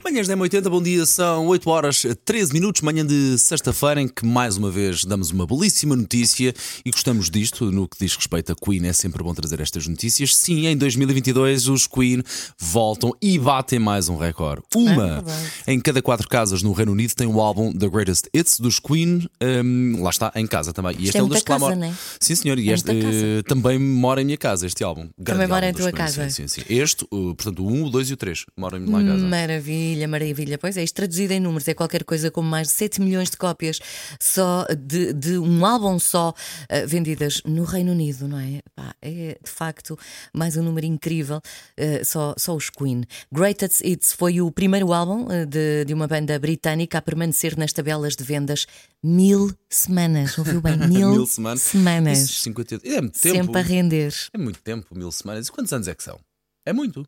Manhãs da M80, bom dia, são 8 horas 13 minutos, manhã de sexta-feira, em que mais uma vez damos uma belíssima notícia e gostamos disto. No que diz respeito a Queen, é sempre bom trazer estas notícias. Sim, em 2022 os Queen voltam e batem mais um recorde. Uma em cada 4 casas no Reino Unido tem o álbum The Greatest Hits dos Queen, lá está, em casa também. E este é um dos que lá mora. Né? Sim, senhor, e este também mora em minha casa, este álbum. Também mora em tua casa. Sim. Este, portanto, o 1, o 2 e o 3 moram lá em casa. Maravilha. Pois é, isto traduzido em números é qualquer coisa como mais de 7 milhões de cópias só de um álbum só vendidas no Reino Unido, não é? Pá, é de facto mais um número incrível, só os Queen. Greatest Hits foi o primeiro álbum de uma banda britânica a permanecer nas tabelas de vendas 1000 semanas. Ouviu bem? 1000 semanas. Isso, 50... É muito tempo. Sempre a render. É muito tempo, 1000 semanas. E quantos anos é que são? É muito.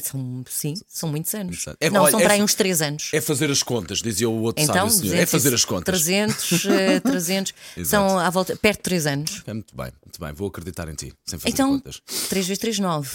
São muitos anos. São para aí uns 3 anos. É fazer as contas, dizia o outro sábio senhor. É fazer as contas. 300 são à volta, perto de 3 anos. É muito bem. Vou acreditar em ti, sem fazer contas. 3 vezes 3, 9.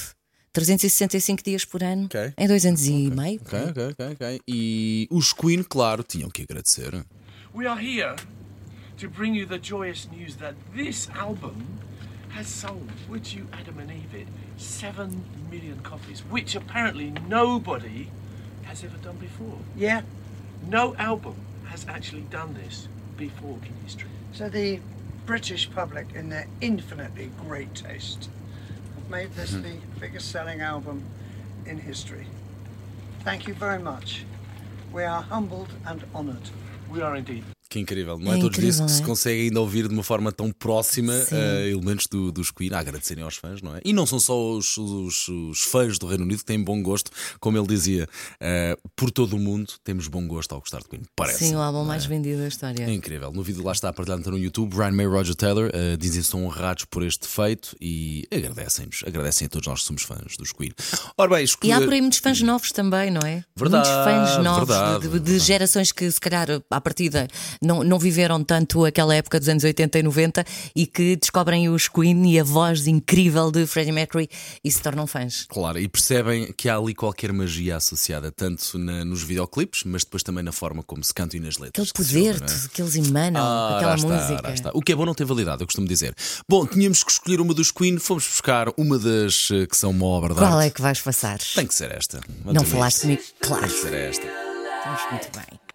365 dias por ano, em 2 anos e meio. Ok. E os Queen, claro, tinham que agradecer. We are here to bring you the joyous news that this album has sold, would you Adam and Eve it, 7 million copies, which apparently nobody has ever done before. Yeah. No album has actually done this before in history. So the British public, in their infinitely great taste, have made this the biggest selling album in history. Thank you very much. We are humbled and honoured. We are indeed. Que incrível, não é todos os dias que se consegue ainda ouvir de uma forma tão próxima elementos dos Queen a agradecerem aos fãs, não é? E não são só os fãs do Reino Unido que têm bom gosto, como ele dizia, por todo o mundo temos bom gosto ao gostar de Queen, parece. Sim, o álbum mais vendido da história. É incrível, no vídeo lá está partilhado no YouTube, Brian May e Roger Taylor dizem que estão honrados por este feito e agradecem a todos nós que somos fãs dos Queen. Ora bem, E há por aí muitos fãs novos também, não é? Verdade, muitos fãs novos de gerações que se calhar à partida não viveram tanto aquela época dos anos 80 e 90 e que descobrem os Queen e a voz incrível de Freddie Mercury e se tornam fãs. Claro, e percebem que há ali qualquer magia associada, tanto nos videoclipes, mas depois também na forma como se cantam e nas letras. Aquele poder que eles emanam, aquela música. O que é bom não tem validade, eu costumo dizer. Bom, tínhamos que escolher uma dos Queen, fomos buscar uma das que são uma obra de arte. Qual é que vais passar? Tem que ser esta. Não falaste comigo? Claro. Tem que ser esta. Estamos muito bem.